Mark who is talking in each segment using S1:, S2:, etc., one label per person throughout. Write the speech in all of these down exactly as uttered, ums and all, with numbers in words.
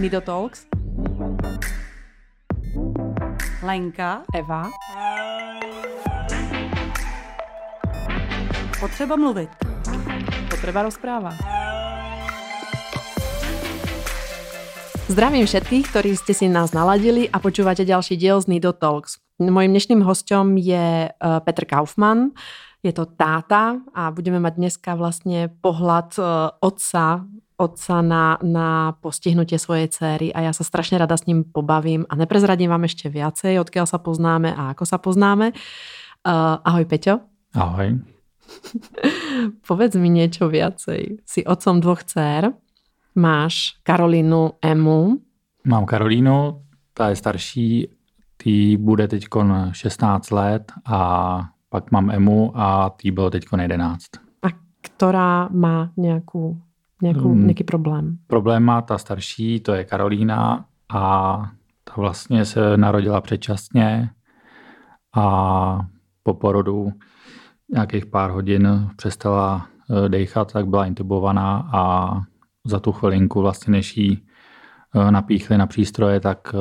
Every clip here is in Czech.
S1: Nido Talks. Lenka.
S2: Eva.
S1: Potřeba mluvit.
S2: Potreba rozprávať. Zdravím všetkých, ktorí ste si nás naladili a počúvate ďalší diel z Nido Talks. Mojím dnešným hosťom je Petr Kaufmann. Je to táta a budeme mať dneska vlastne pohľad otca, otca na, na postihnutie svojej dcery a ja sa strašne rada s ním pobavím a neprezradím vám ešte viacej, odkiaľ sa poznáme a ako sa poznáme. Uh, ahoj, Peťo.
S3: Ahoj.
S2: Povedz mi niečo viacej. Si otcom dvoch dcer, máš Karolínu, Emu.
S3: Mám Karolínu, ta je starší, tý bude teďkon šestnáct let a pak mám Emu a tý bylo teďkon jedenáct.
S2: A ktorá má nejakú, nejakú,
S3: hmm.
S2: nejaký problém?
S3: Problém má ta starší, to je Karolína a ta vlastně se narodila předčasně a po porodu nějakých pár hodin přestala dejchat, tak byla intubovaná a za tu chvilinku vlastně, než jí napíchli na přístroje, tak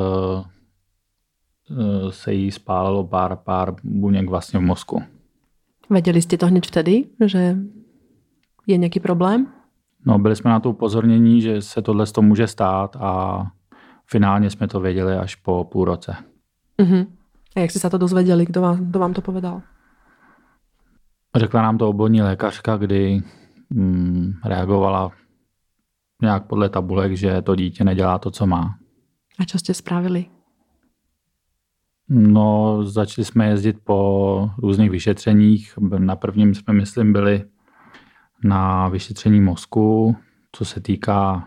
S3: se jí spálilo pár, pár buněk vlastně v mozku.
S2: Věděli jste to hned vtedy, že je nějaký problém?
S3: No, byli jsme na to upozornění, že se tohle z toho může stát a finálně jsme to věděli až po půl roce.
S2: Uh-huh. A jak jste se to dozvěděli? Kdo vám, kdo vám to povedal?
S3: Řekla nám to oborní lékařka, kdy mm, reagovala nějak podle tabulek, že to dítě nedělá to, co má.
S2: A co jste spravili?
S3: No, začali jsme jezdit po různých vyšetřeních. Na prvním jsme, myslím, byli na vyšetření mozku, co se týká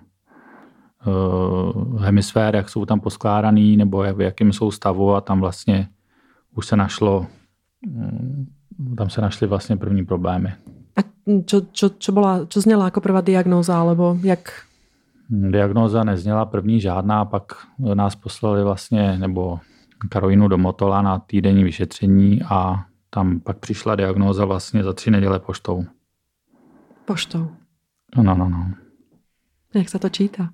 S3: uh, hemisfér, jak jsou tam poskládaný, nebo jak, v jakém jsou stavu a tam vlastně už se našlo, um, tam se našly vlastně první problémy.
S2: A čo, čo, čo, bola, čo zněla jako prvá diagnóza, alebo jak?
S3: Diagnóza nezněla první žádná, pak nás poslali vlastně, nebo Karolínu do Motola na týdenní vyšetření a tam pak přišla diagnóza vlastně za tři neděle poštou.
S2: Poštou?
S3: No, no, no.
S2: Jak se to čítá?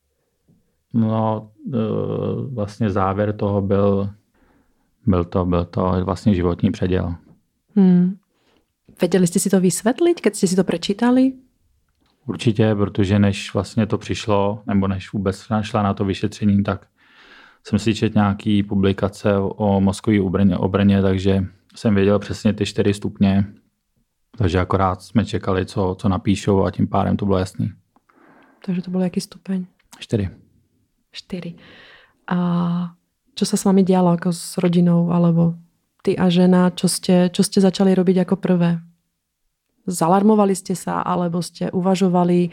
S3: No, vlastně závěr toho byl, byl to, byl to vlastně životní předěl.
S2: Hmm. Věděli jste si to vysvětlit, keď jste si to prečítali?
S3: Určitě, protože než vlastně to přišlo, nebo než vůbec šla na to vyšetření, tak jsem si četl nějaký publikace o mozkové obrně, obrně, takže jsem věděl přesně ty čtyři stupně. Takže akorát jsme čekali, co, co napíšou a tím pádem to bylo jasný.
S2: Takže to byl jaký stupeň?
S3: Čtyři.
S2: Čtyři. A čo sa s vami dialo ako s rodinou, alebo ty a žena, čo ste, čo ste začali robiť ako prvé? Zalarmovali ste sa, alebo ste uvažovali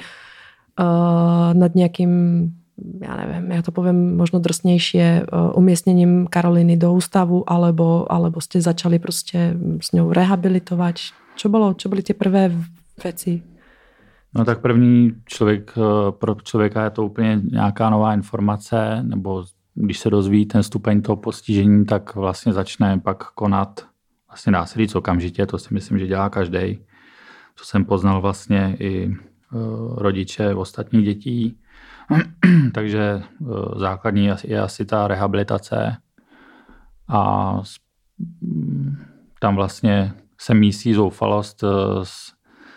S2: uh, nad nejakým, ja neviem, ja to poviem možno drsnejšie, uh, umiestnením Karolíny do ústavu, alebo, alebo ste začali prostě s ňou rehabilitovať? Čo bolo, čo byly ty prvé věci?
S3: No tak první člověk, pro člověka je to úplně nějaká nová informace, nebo když se dozví ten stupeň toho postižení, tak vlastně začne pak konat, vlastně dá se říct okamžitě, to si myslím, že dělá každej. Co jsem poznal vlastně i rodiče ostatních dětí. Takže základní je asi ta rehabilitace a tam vlastně se mísí zoufalost s,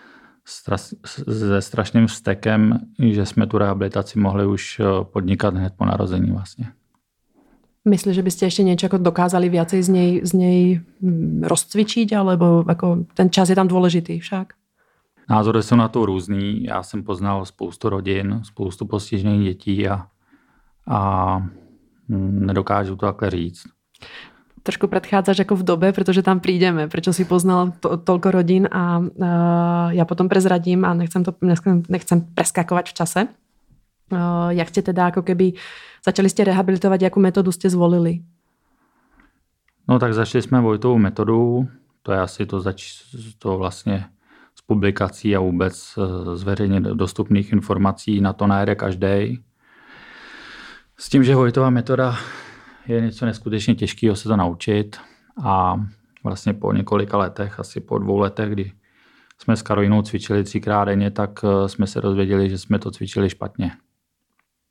S3: se strašným vztekem, že jsme tu rehabilitaci mohli už podnikat hned po narození vlastně.
S2: Myslíš, že byste ještě něco jako dokázali viacej z něj, z něj rozcvičiť, alebo jako ten čas je tam důležitý však?
S3: Názory jsou na to různý. Já jsem poznal spoustu rodin, spoustu postižených dětí a, a nedokážu to takhle říct.
S2: Trošku predchádzaš jako v dobe, protože tam prídeme, prečo si poznal to, toľko rodín a uh, ja potom prezradím a nechcem, to, nechcem, nechcem preskakovať v čase. Uh, jak ste teda ako keby začali ste rehabilitovať, jakú metódu ste zvolili?
S3: No tak začali jsme Vojtovou metodu, to je asi to, zač, to vlastně z publikací a vůbec z veřejně dostupných informací na to najde každej. S tím, že Vojtová metoda je něco neskutečně těžkého se to naučit a vlastně po několika letech, asi po dvou letech, kdy jsme s Karolínou cvičili třikrát denně, tak jsme se dozvěděli, že jsme to cvičili špatně.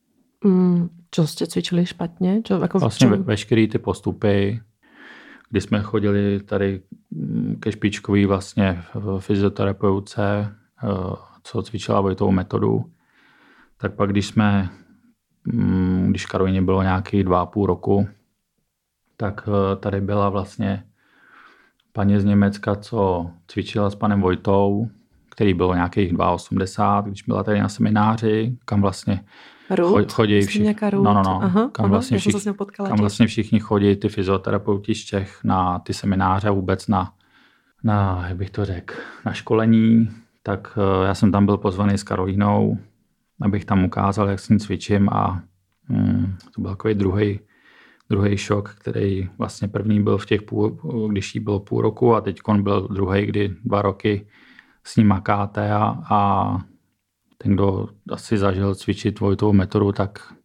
S2: Mm, čo ste cvičili špatně? Čo, jako
S3: vlastně ve, veškerý ty postupy, kdy jsme chodili tady ke špičkový vlastně fyzioterapeutce, co cvičila Vojtovou metodu, tak pak když jsme, když Karolíně bylo nějakých dva a půl roku, tak tady byla vlastně paní z Německa, co cvičila s panem Vojtou, který bylo nějakých osmdesát dva, když byla tady na semináři, kam vlastně
S2: Ruth?
S3: chodí všichni, no, no, no,
S2: aha,
S3: kam,
S2: aha,
S3: vlastně všich, kam vlastně všichni chodí, ty fyzioterapeuti z Čech na ty semináře a vůbec na, na, jak bych to řekl, na školení, tak já jsem tam byl pozvaný s Karolínou, abych tam ukázal, jak s ní cvičím a hmm, to byl takový druhý druhý šok, který vlastně první byl v těch půl, když jí bylo půl roku a teď byl druhý, kdy dva roky s ní makáte a, a ten, kdo asi zažil cvičit Vojtovou metodu, tak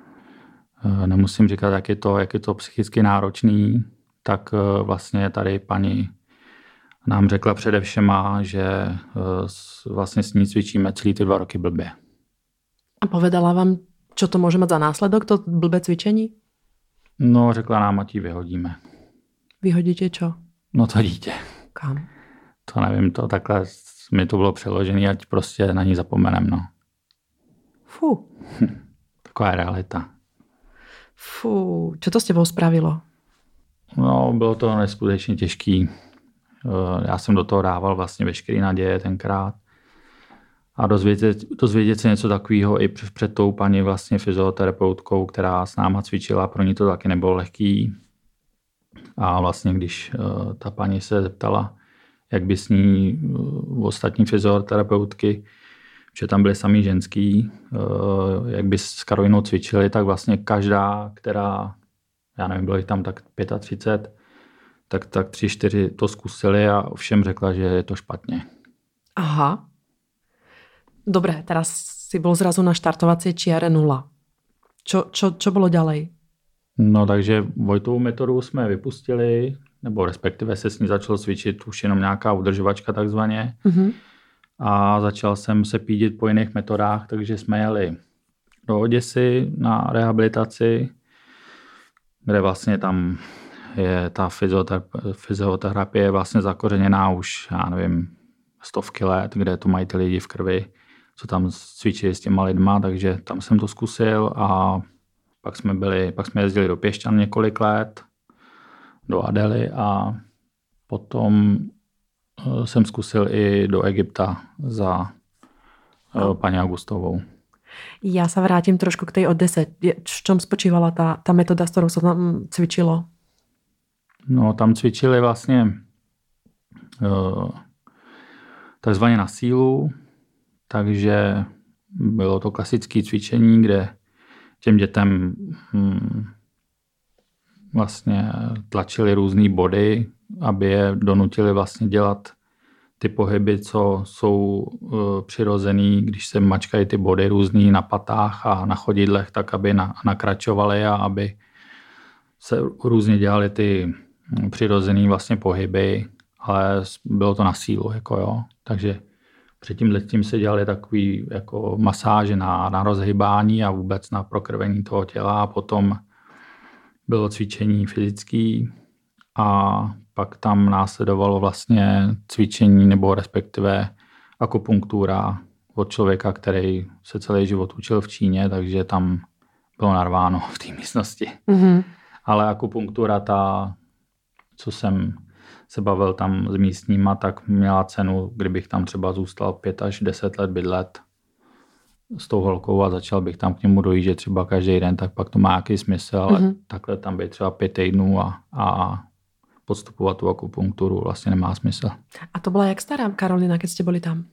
S3: nemusím říkat, jak je to, jak je to psychicky náročný, tak vlastně tady paní nám řekla především, že vlastně s ní cvičíme celý ty dva roky blbě.
S2: A povedala vám, čo to může mít za následok, to blbé cvičení?
S3: No, řekla nám, ať ji vyhodíme.
S2: Vyhodíte čo?
S3: No to dítě.
S2: Kam?
S3: To nevím, to takhle mi to bylo přeložené, ať prostě na ní zapomenem, no.
S2: Fú.
S3: Taková je realita.
S2: Fú, čo to s tebou spravilo?
S3: No, bylo to neskutečně těžký. Já jsem do toho dával vlastně veškerý naděje tenkrát. A dozvědět, dozvědět se něco takového i před tou paní vlastně fyzioterapeutkou, která s náma cvičila, pro ní to taky nebylo lehký. A vlastně když uh, ta paní se zeptala, jak by s ní uh, ostatní fyzioterapeutky, že tam byly samý ženský, uh, jak by s Karolínou cvičili, tak vlastně každá, která, já nevím, bylo jich tam tak třicet pět, tak, tak tři, čtyři to zkusili a všem řekla, že je to špatně.
S2: Aha. Dobre, teraz si bol zrazu na štartovacej čiare nula. Čo, čo, čo bolo ďalej?
S3: No takže Vojtovou metodu jsme vypustili, nebo respektive se s ní začalo cvičit už jenom nějaká udržovačka takzvaně. Mm-hmm. A začal jsem se pídit po jiných metodách, takže jsme jeli do Oděsy na rehabilitaci, kde vlastně tam je ta fyzioterapie, fyzioterapie vlastně zakořeněná už, já nevím, stovky let, kde to mají ty lidi v krvi, co tam cvičili s těma lidma, takže tam jsem to zkusil a pak jsme byli, pak jsme jezdili do Pěšťan několik let, do Adely a potom jsem zkusil i do Egypta za no. paní Augustovou.
S2: Ja sa vrátim trošku k tej Odese. V čom spočívala tá, tá metóda, s ktorou sa tam cvičilo?
S3: No, tam cvičili vlastně uh, takzvaně na sílu, takže bylo to klasické cvičení, kde těm dětem hm, vlastně tlačili různý body, aby je donutili vlastně dělat ty pohyby, co jsou uh, přirozený, když se mačkají ty body různý na patách a na chodidlech, tak aby na, nakračovaly a aby se různě dělaly ty přirozený vlastně pohyby, ale bylo to na sílu, jako jo. Takže předtím tím se dělaly takový jako masáže na, na rozhybání a vůbec na prokrvení toho těla a potom bylo cvičení fyzický a pak tam následovalo vlastně cvičení nebo respektive akupunktura od člověka, který se celý život učil v Číně, takže tam bylo narváno v té místnosti. Mm-hmm. Ale akupunktura, ta, co jsem se bavil tam s místníma, tak měla cenu, kdybych tam třeba zůstal pět až deset let bydlet s tou holkou a začal bych tam k němu dojíždět třeba každý den, tak pak to má nějaký smysl, ale mm-hmm. takhle tam být třeba pět týdnů a, a podstupovat tu akupunkturu vlastně nemá smysl. A
S2: to byla jak stará Karolina, keď jste byli tam?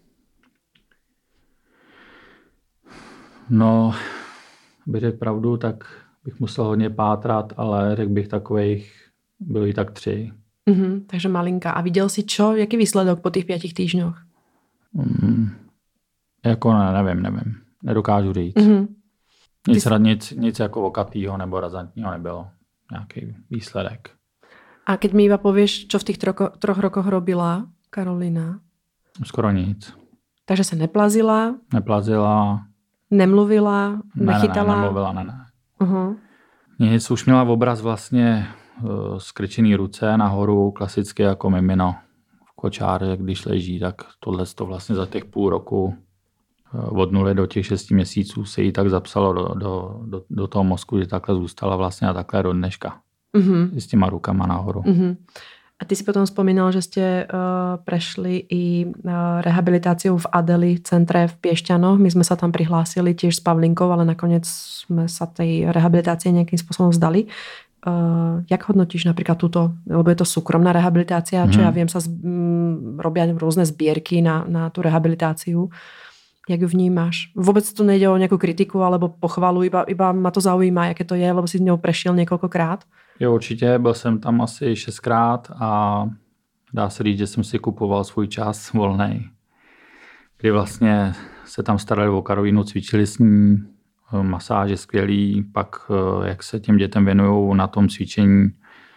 S3: No, bych řekl pravdu, tak bych musel hodně pátrat, ale řekl bych takových, bylo jí tak tři.
S2: Mm-hmm, takže malinká. A viděl si čo? Jaký výsledok po těch pětich týždňoch?
S3: Mm, jako ne, nevím, nevím. Nedokážu říct. Mm-hmm. Nic, Ty... nic, nic jako okatýho nebo razantního nebylo. Nějaký výsledek.
S2: A keď mi iba povieš, čo v tých troko, troch rokoch robila Karolina?
S3: Skoro nic.
S2: Takže se neplazila?
S3: Neplazila,
S2: Nemluvila, nechytala?
S3: Ne, ne, nemluvila, ne, ne.
S2: Uh-huh.
S3: Nic, už měla obraz vlastně uh, skrčený ruce nahoru, klasicky jako mimino v kočáře, když leží, tak tohle to vlastně za těch půl roku uh, od nuly do těch šesti měsíců se jí tak zapsalo do, do, do, do toho mozku, že takhle zůstala vlastně a takhle do dneška. Uh-huh. S těma rukama nahoru.
S2: Uh-huh. A ty si potom spomínal, že ste uh, prešli i uh, rehabilitáciu v Adeli, v centre v Piešťanoch. My sme sa tam prihlásili tiež s Pavlinkou, ale nakoniec sme sa tej rehabilitácie nejakým spôsobom vzdali. Uh, jak hodnotíš napríklad túto, lebo je to súkromná rehabilitácia, čo mm. ja viem, sa z, m, robia rôzne zbierky na, na tú rehabilitáciu. Jak ju vnímáš? Vôbec tu nejde o nejakú kritiku alebo pochvalu, iba, iba ma to zaujíma, jaké to je, lebo si s ňou prešiel niekoľkokrát.
S3: Jo, určitě, byl jsem tam asi šestkrát a dá se říct, že jsem si kupoval svůj čas volnej, kdy vlastně se tam starali o Karolínu, cvičili s ní, masáže skvělý, pak jak se těm dětem věnují na tom cvičení,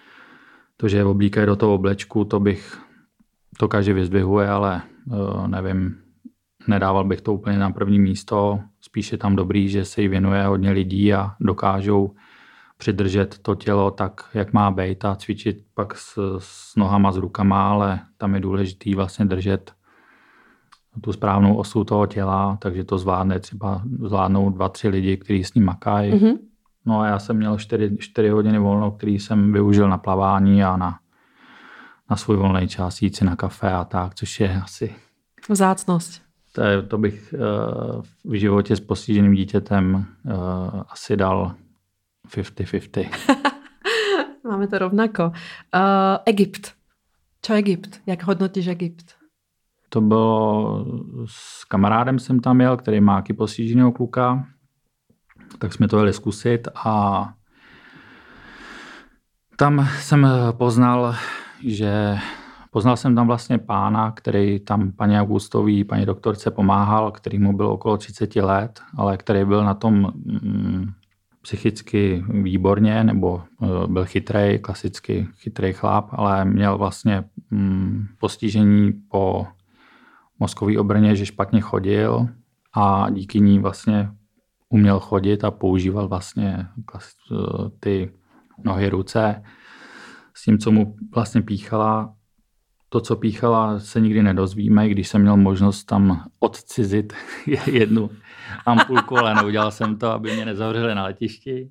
S3: to, že je oblíkají do toho oblečku, to bych, to každý vyzdvihuje, ale nevím, nedával bych to úplně na první místo, spíš je tam dobrý, že se jí věnuje hodně lidí a dokážou přidržet to tělo tak, jak má být a cvičit pak s, s nohama, s rukama, ale tam je důležitý vlastně držet tu správnou osu toho těla, takže to zvládne třeba zvládnou dva, tři lidi, kteří s ním makají. Mm-hmm. No a já jsem měl čtyři, čtyři hodiny volno, který jsem využil na plavání a na, na svůj volný čas jít si na kafe a tak, což je asi...
S2: Vzácnost.
S3: To, je, to bych uh, v životě s postiženým dítětem uh, asi dal päťdesiat päťdesiat.
S2: Máme to rovnako. Uh, Egypt. Čo Egypt? Jak hodnotíš Egypt?
S3: To bylo, s kamarádem jsem tam jel, který má taky postiženého kluka, tak jsme to jeli zkusit a tam jsem poznal, že poznal jsem tam vlastně pána, který tam paní Augustový, paní doktorce pomáhal, který mu bylo okolo třicet let, ale který byl na tom mm, psychicky výborně, nebo byl chytrej, klasicky chytrej chlap, ale měl vlastně mm, postižení po mozkové obrně, že špatně chodil a díky ní vlastně uměl chodit a používal vlastně ty nohy, ruce. S tím, co mu vlastně píchala, to, co píchala, se nikdy nedozvíme, když jsem měl možnost tam odcizit jednu ampulku, ale neudělal jsem to, aby mě nezavřeli na letišti.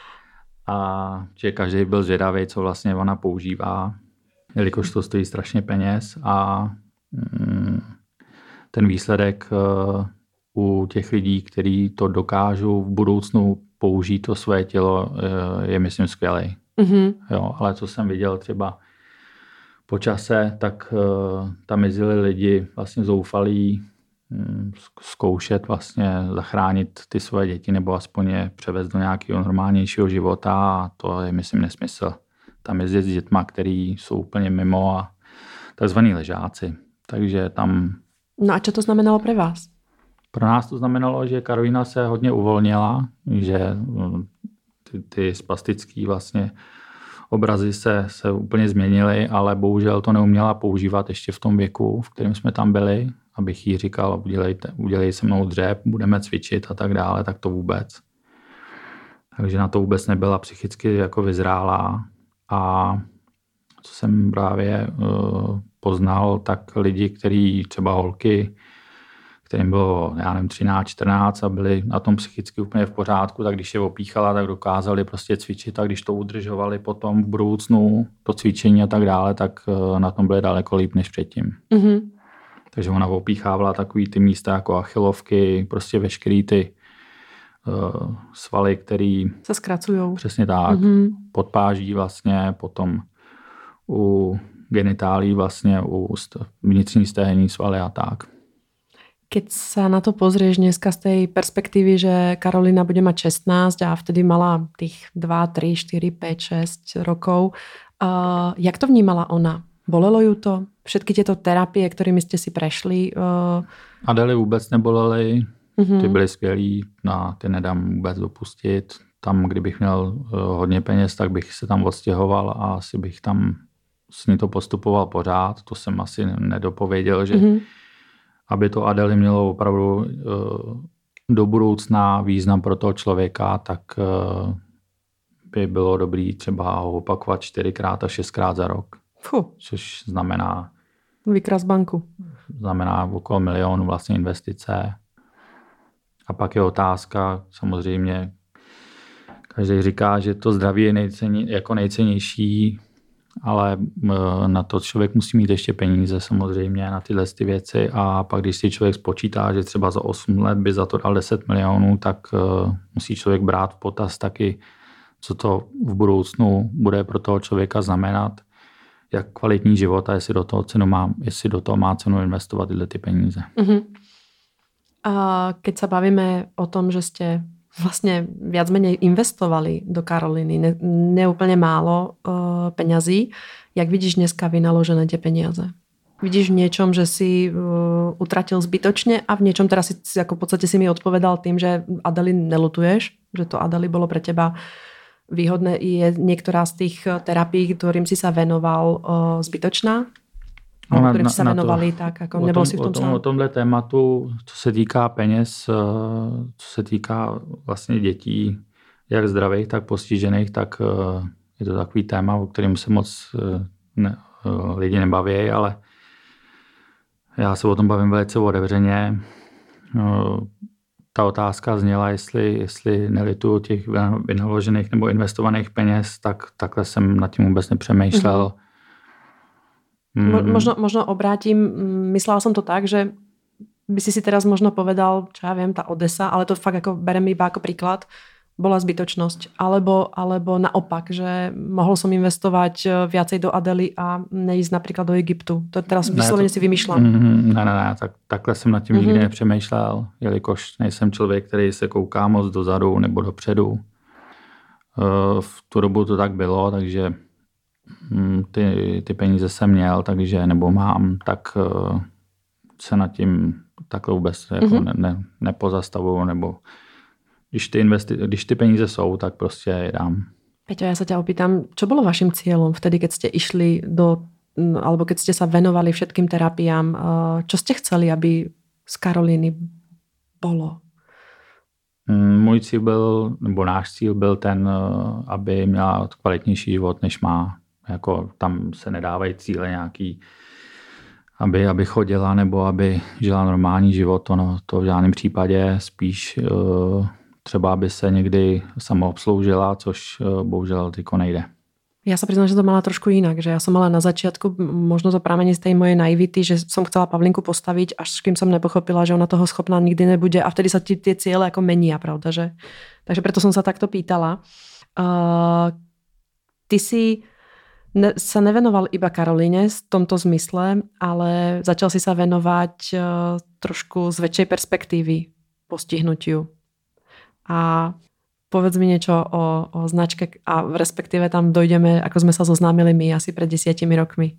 S3: A že každý byl zvědavý, co vlastně ona používá, jelikož to stojí strašně peněz a mm, ten výsledek uh, u těch lidí, kteří to dokážou v budoucnu použít to své tělo, uh, je myslím skvělý. Mm-hmm. Jo, ale co jsem viděl třeba po čase, tak uh, tam jezdili lidi vlastně zoufalí um, zkoušet vlastně zachránit ty svoje děti nebo aspoň je převést do nějakého normálnějšího života a to je myslím nesmysl. Tam jezdit s dětma, který jsou úplně mimo a takzvaný ležáci. Takže tam...
S2: No a čo to znamenalo pre vás?
S3: Pro nás to znamenalo, že Karolína se hodně uvolnila, že ty, ty spastický vlastně obrazy se, se úplně změnily, ale bohužel to neuměla používat ještě v tom věku, v kterém jsme tam byli, abych jí říkal, udělejte, udělej se mnou dřep, budeme cvičit a tak dále, tak to vůbec. Takže na to vůbec nebyla psychicky jako vyzrálá a co jsem právě uh, poznal, tak lidi, kteří třeba holky, kterým bylo, já nevím, třináct, čtrnáct a byli na tom psychicky úplně v pořádku, tak když je opíchala, tak dokázali prostě cvičit a když to udržovali potom v budoucnu, to cvičení a tak dále, tak na tom byli daleko líp než předtím. Mm-hmm. Takže ona opíchávala takový ty místa jako achilovky, prostě veškerý ty uh, svaly, který
S2: se zkracujou.
S3: Přesně tak. Mm-hmm. Podpáží vlastně, potom u genitálí vlastně, u vnitřní stehní svaly a tak.
S2: Keď sa na to pozrieš dneska z tej perspektívy, že Karolína bude mať šestnásť a vtedy mala tých dva, tri, štyri, päť, šesť rokov, uh, jak to vnímala ona? Bolelo ju to? Všetky tieto terapie, ktorými ste si prešli? Uh...
S3: Adely vůbec nebolely, uh-huh. Ty byly skvělý, na ty nedám vůbec dopustit. Tam, kdybych měl uh, hodně peněz, tak bych se tam odstěhoval a asi bych tam s ní to postupoval pořád. To jsem asi nedopověděl, že uh-huh. aby to Adely mělo opravdu uh, do budoucna význam pro toho člověka, tak by bylo dobrý třeba ho opakovat čtyřikrát a šestkrát za rok.
S2: Fuh.
S3: Což znamená...
S2: Vykras banku.
S3: Znamená okolo milionu vlastně investice. A pak je otázka, samozřejmě, každý říká, že to zdraví je nejcenně, jako nejcennější, ale na to člověk musí mít ještě peníze samozřejmě na tyhle ty věci a pak když si člověk spočítá, že třeba za osm let by za to dal deset milionů, tak musí člověk brát v potaz taky, co to v budoucnu bude pro toho člověka znamenat, jak kvalitní život a jestli do toho, cenu má, jestli do toho má cenu investovat tyhle ty peníze.
S2: Uh-huh. A keď sa bavíme o tom, že ste vlastne viac menej investovali do Karoliny, ne, neúplne málo uh, peňazí, jak vidíš dneska vynaložené tie peniaze? Vidíš v niečom, že si uh, utratil zbytočne a v niečom teraz si, ako v podstate si mi odpovedal tým, že Adely nelutuješ, že to Adely bolo pre teba výhodné. Je niektorá z tých terapií, ktorým si sa venoval, uh, zbytočná? No,
S3: na,
S2: kterým si se
S3: na
S2: venovali,
S3: to,
S2: tak jako
S3: o
S2: nebyl
S3: tom,
S2: si v tom,
S3: o tom
S2: sám.
S3: O tomhle tématu, co se týká peněz, co se týká vlastně dětí, jak zdravých, tak postižených, tak je to takový téma, o kterém se moc ne, lidi nebaví, ale já se o tom bavím velice otevřeně. Ta otázka zněla, jestli, jestli nelituju těch vynaložených nebo investovaných peněz, tak takhle jsem nad tím vůbec nepřemýšlel. Mm-hmm.
S2: Mm. Možno, možno obrátim, myslela som to tak, že by si si teraz možno povedal, čo ja viem, tá Odesa, ale to fakt ako berem iba ako príklad, bola zbytočnosť. Alebo, alebo naopak, že mohol som investovať viacej do Adely a neísť napríklad do Egyptu. To teraz vyslovene si vymýšľam.
S3: Mm, ne, ne, ne, tak, takhle jsem nad tím nikdy mm-hmm. nepřemýšlel, jelikož nejsem člověk, který se kouká moc dozadu nebo dopředu. V tu dobu to tak bylo, takže Ty, ty peníze jsem měl, takže nebo mám, tak uh, se nad tím takhle vůbec jako mm-hmm. ne, ne, nepozastavuju, nebo když ty, investi- když ty peníze jsou, tak prostě je dám.
S2: Peťo, ja sa ťa opýtam, čo bolo vašim cieľom vtedy, keď ste išli do, alebo keď ste sa venovali všetkým terapiám, uh, čo ste chceli, aby z Karoliny bolo?
S3: Můj cíl byl, nebo náš cíl byl ten, aby měla kvalitnější život, než má. Jako tam se nedávají cíle nějaký, aby, aby chodila nebo aby žila normální život, to, no, to v žádném případě, spíš uh, třeba aby se někdy samoobsloužila, což uh, bohužel tyko nejde.
S2: Ja sa priznám, že to mala trošku inak, že ja som mala na začiatku, možno to pramení z tej mojej naivity, že som chcela Pavlinku postaviť, až kým som nepochopila, že ona toho schopná nikdy nebude a vtedy sa ti tie ciele ako menia, pravda, že? Takže preto som sa takto pýtala. Uh, ty si ne, sa nevenoval iba Karolíne v tomto zmysle, ale začal si sa venovať uh, trošku z väčšej perspektívy postihnutiu. A povedz mi niečo o, o značke a respektíve tam dojdeme, ako sme sa zoznámili my asi pred desiatimi rokmi.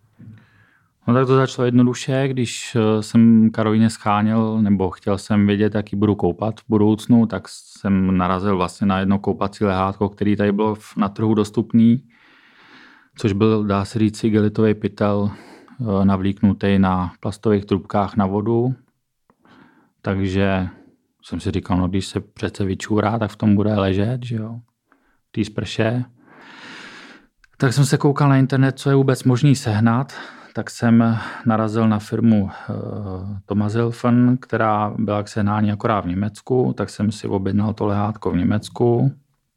S3: No tak to začalo jednoduše, když jsem Karolíně scháněl, nebo chtěl jsem vědět, jaký budu koupat v budoucnu, tak jsem narazil vlastně na jedno koupací lehátko, který tady bylo na trhu dostupný, což byl, dá se říct, igelitový pytel navlíknutý na plastových trubkách na vodu. Takže jsem si říkal, no když se přece vyčůrá, tak v tom bude ležet, že jo, v té sprše. Tak jsem se koukal na internet, co je vůbec možný sehnat, tak jsem narazil na firmu uh, Thomas Hilfen, která byla k sehnání akorát v Německu, tak jsem si objednal to lehátko v Německu.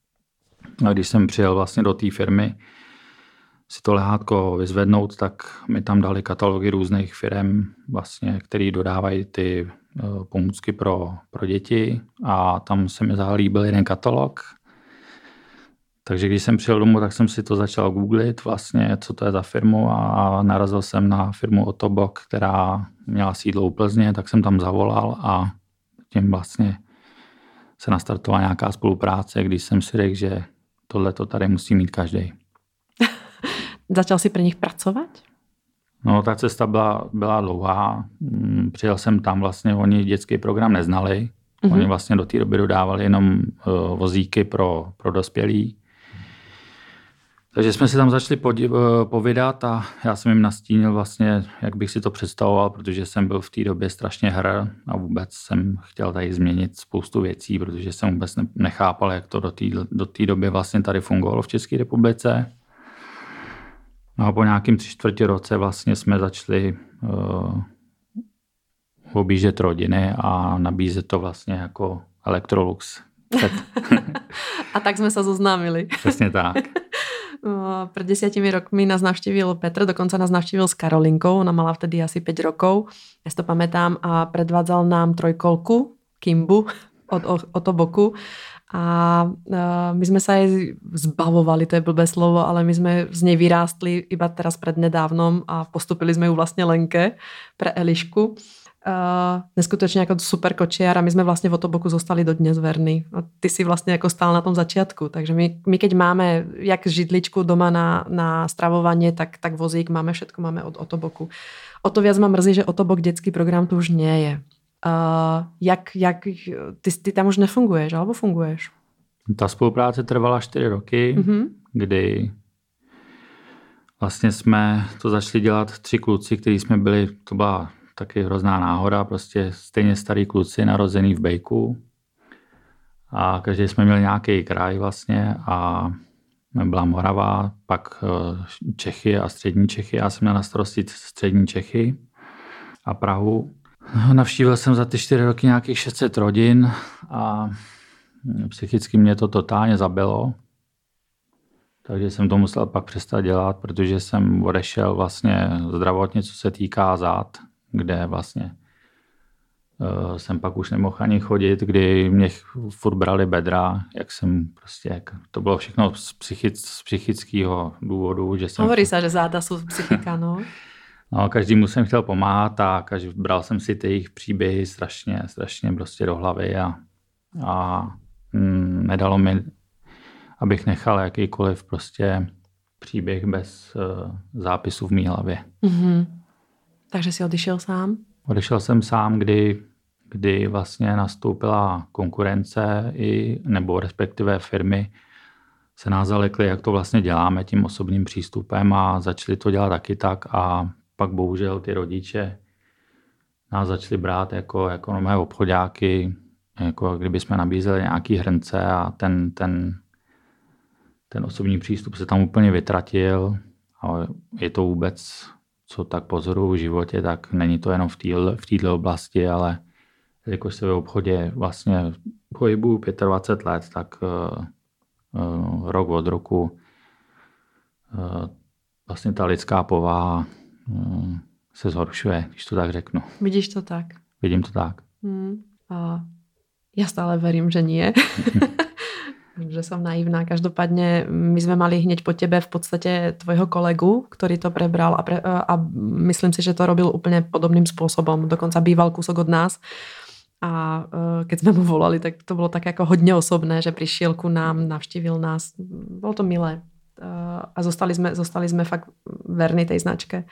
S3: A když jsem přijel vlastně do té firmy si to lehátko vyzvednout, tak mi tam dali katalogy různých firm, vlastně, který dodávají ty uh, pomůcky pro, pro děti a tam se mi zalíbil jeden katalog. Takže když jsem přijel domů, tak jsem si to začal googlit, vlastně, co to je za firmu a narazil jsem na firmu Otobok, která měla sídlo u Plzně, tak jsem tam zavolal a tím vlastně se nastartovala nějaká spolupráce, když jsem si řekl, že tohle to tady musí mít každý.
S2: Začal si pro nich pracovat?
S3: No, ta cesta byla, byla dlouhá. Přijel jsem tam, vlastně oni dětský program neznali. Mm-hmm. Oni vlastně do té doby dodávali jenom uh, vozíky pro, pro dospělí. Takže jsme se tam začali podív- povídat a já jsem jim nastínil vlastně, jak bych si to představoval, protože jsem byl v té době strašně hr a vůbec jsem chtěl tady změnit spoustu věcí, protože jsem vůbec nechápal, jak to do té do té doby vlastně tady fungovalo v České republice. No a po nějakým tři čtvrtě roce vlastně jsme začali uh, objíždět rodiny a nabízet to vlastně jako Electrolux.
S2: A tak jsme se zoznámili.
S3: Přesně tak.
S2: Pred desiatimi rokmi nás navštívil Petr, dokonca nás navštívil s Karolinkou, ona mala vtedy asi päť rokov, ja si to pamätám, a predvádzal nám trojkolku, Kimbu, od Otoboku. A my sme sa aj zbavovali, to je blbé slovo, ale my sme z nej vyrástli iba teraz prednedávnom a postupili sme ju vlastne Lenke pre Elišku. Uh, neskutočne ako super kočiar a my sme vlastne v Otoboku zostali dodnes verní. A ty si vlastne ako stál na tom začiatku. Takže my, my keď máme jak židličku doma na, na stravovanie, tak, tak vozík máme, všetko máme od Otoboku. O to viac ma mrzí, že Otobok detský program tu už nie je. Uh, jak, jak, ty, ty tam už nefunguješ, alebo funguješ?
S3: Ta spolupráce trvala čtyři roky, mm-hmm. kdy vlastně jsme to začali dělat tři kluci, kteří jsme byli, to byla taky hrozná náhoda, prostě stejně starý kluci narozený v Bejku a každý jsme měli nějaký kraj vlastně a byla Morava, pak Čechy a střední Čechy, já jsem měl na starosti střední Čechy a Prahu. Navštívil jsem za ty čtyři roky nějakých šest set rodin a psychicky mě to totálně zabilo, takže jsem to musel pak přestat dělat, protože jsem odešel vlastně zdravotně, co se týká zád, kde vlastně uh, jsem pak už nemohl ani chodit, kdy mě furt brali bedra, jak jsem prostě, jak, to bylo všechno z, psychic, z psychického důvodu. Že jsem...
S2: Hovorí se, že záda jsou psychika, no.
S3: No, každému jsem chtěl pomáhat a každý, bral jsem si ty jejich příběhy strašně, strašně prostě do hlavy a, a mm, nedalo mi, abych nechal jakýkoliv prostě příběh bez uh, zápisu v mý hlavě.
S2: Mm-hmm. Takže jsi odešel sám?
S3: Odešel jsem sám, kdy, kdy vlastně nastoupila konkurence i, nebo respektive firmy se nás zalekly, jak to vlastně děláme tím osobním přístupem a začali to dělat taky tak a pak bohužel ty rodiče nás začali brát jako, jako nové obchodáky, jako kdyby jsme nabízeli nějaký hrnce a ten, ten, ten osobní přístup se tam úplně vytratil a je to vůbec, co tak pozoruju v životě, tak není to jenom v této v této oblasti, ale jakož se v obchodě vlastně pohybuju dvacet pět let, tak uh, uh, rok od roku uh, vlastně ta lidská povaha uh, se zhoršuje, když to tak řeknu.
S2: Vidíš to tak?
S3: Vidím to tak.
S2: Hmm. A ja stále verím, že nie. Že som naivná. Každopádne my sme mali hneď po tebe v podstate tvojho kolegu, ktorý to prebral a, pre, a myslím si, že to robil úplne podobným spôsobom. Dokonca býval kúsok od nás a keď sme mu volali, tak to bolo také ako hodne osobné, že prišiel ku nám, navštívil nás. Bolo to milé. A zostali sme, zostali sme fakt verní tej značke.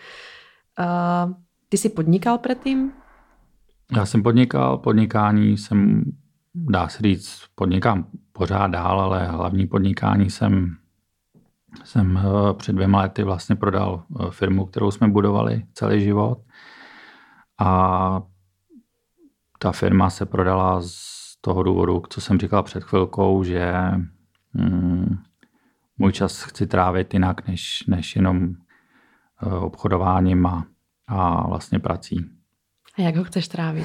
S2: Ty si podnikal predtým?
S3: Já jsem podnikal, podnikání jsem, dá se říct, podnikám pořád dál, ale hlavní podnikání jsem, jsem před dvěma lety vlastně prodal firmu, kterou jsme budovali celý život. A ta firma se prodala z toho důvodu, co jsem říkal před chvilkou, že mm, můj čas chci trávit jinak, než, než jenom obchodováním a, a vlastně prací.
S2: A jak ho chceš trávit?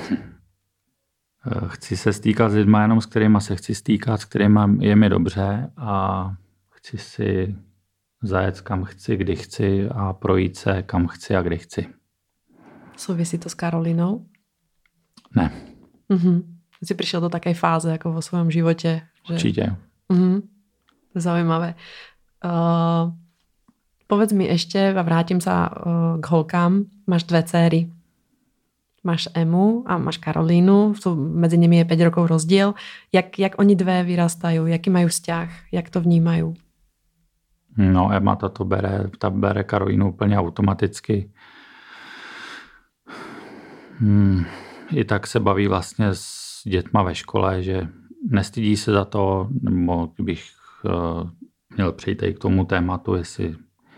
S3: Chci se stýkat s lidmi jenom, s kterými se chci stýkat, s kterými je mi dobře a chci si zajet kam chci, kdy chci a projít se kam chci a kdy chci.
S2: Souvisí to s Karolínou?
S3: Ne.
S2: Mhm. Jsi přišel do také fáze jako vo svém životě. Že...
S3: Určitě.
S2: Mhm. Zaujímavé. Uh, povedz mi ešte, a vrátim sa uh, k holkám. Máš dve dcery. Máš Emu a máš Karolínu, medzi nimi je päť rokov rozdiel. Jak, jak oni dve vyrastajú? Jaký majú vzťah? Jak to vnímajú?
S3: No, Ema ta to bere, ta bere Karolínu úplně automaticky. Hmm, I tak se baví vlastně s dětma ve škole, že nestydí se za to, nebo kdybych uh, měl přejít i k tomu tématu, jestli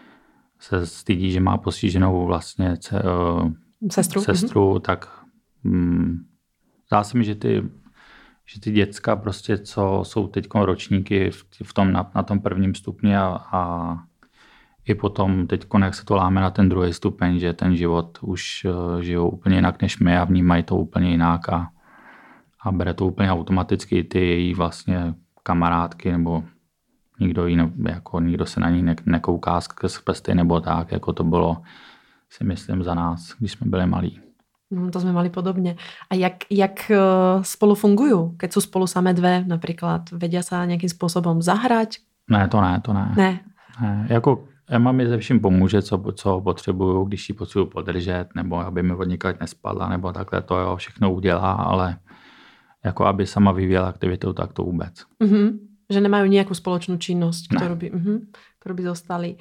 S3: se stydí, že má postiženou vlastně ce, uh,
S2: sestru,
S3: sestru mm-hmm. tak um, zdá se mi, že ty, že ty děcka prostě, co jsou teď ročníky v, v tom, na, na tom prvním stupni a, a i potom teď, jak se to láme na ten druhý stupeň, že ten život už uh, žijou úplně jinak než my a vnímají to úplně jinak a, a bere to úplně automaticky ty její vlastně kamarádky nebo nikdo, jiný, jako nikdo se na ní ne, nekouká skrz prsty nebo tak, jako to bylo, si myslím, za nás, když jsme byli malí.
S2: No, to jsme mali podobně. A jak, jak spolu fungují, keď jsou spolu samé dve, například vedia sa nějakým způsobem zahrať?
S3: Ne, to ne, to ne.
S2: Ne.
S3: ne. Jako Emma mi ze vším pomůže, co, co potřebuju, když ji potřebuji podržet, nebo aby mi odnikať nespadla, nebo takhle to jo, všechno udělá, ale jako aby sama vyvíjela aktivitu, tak to vůbec.
S2: Mm-hmm. Že nemajú nejakú spoločnú činnosť, ktorú by, uh-huh, ktorú by zostali.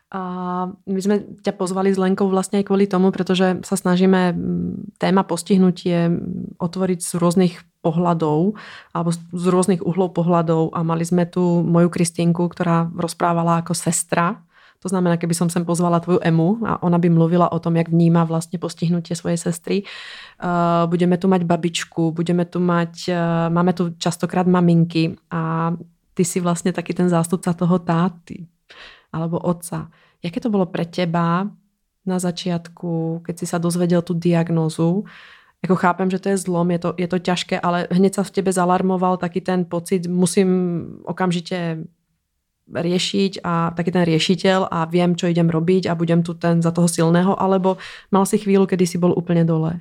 S2: A my sme ťa pozvali s Lenkou vlastne aj kvôli tomu, pretože sa snažíme téma postihnutie otvoriť z rôznych pohľadov alebo z rôznych uhlov pohľadov a mali sme tu moju Kristinku, ktorá rozprávala ako sestra. To znamená, keby som sem pozvala tvoju Emu a ona by mluvila o tom, jak vníma vlastne postihnutie svojej sestry. Uh, budeme tu mať babičku, budeme tu mať, uh, máme tu častokrát maminky a ty si vlastne taký ten zástupca toho táty alebo otca. Jaké to bolo pre teba na začiatku, keď si sa dozvedel tú diagnózu? Jako chápem, že to je zlom, je to, je to ťažké, ale hneď sa v tebe zalarmoval taký ten pocit, musím okamžite riešiť a taký ten riešiteľ a viem, čo idem robiť a budem tu ten za toho silného, alebo mal si chvíľu, kedy si bol úplne dole?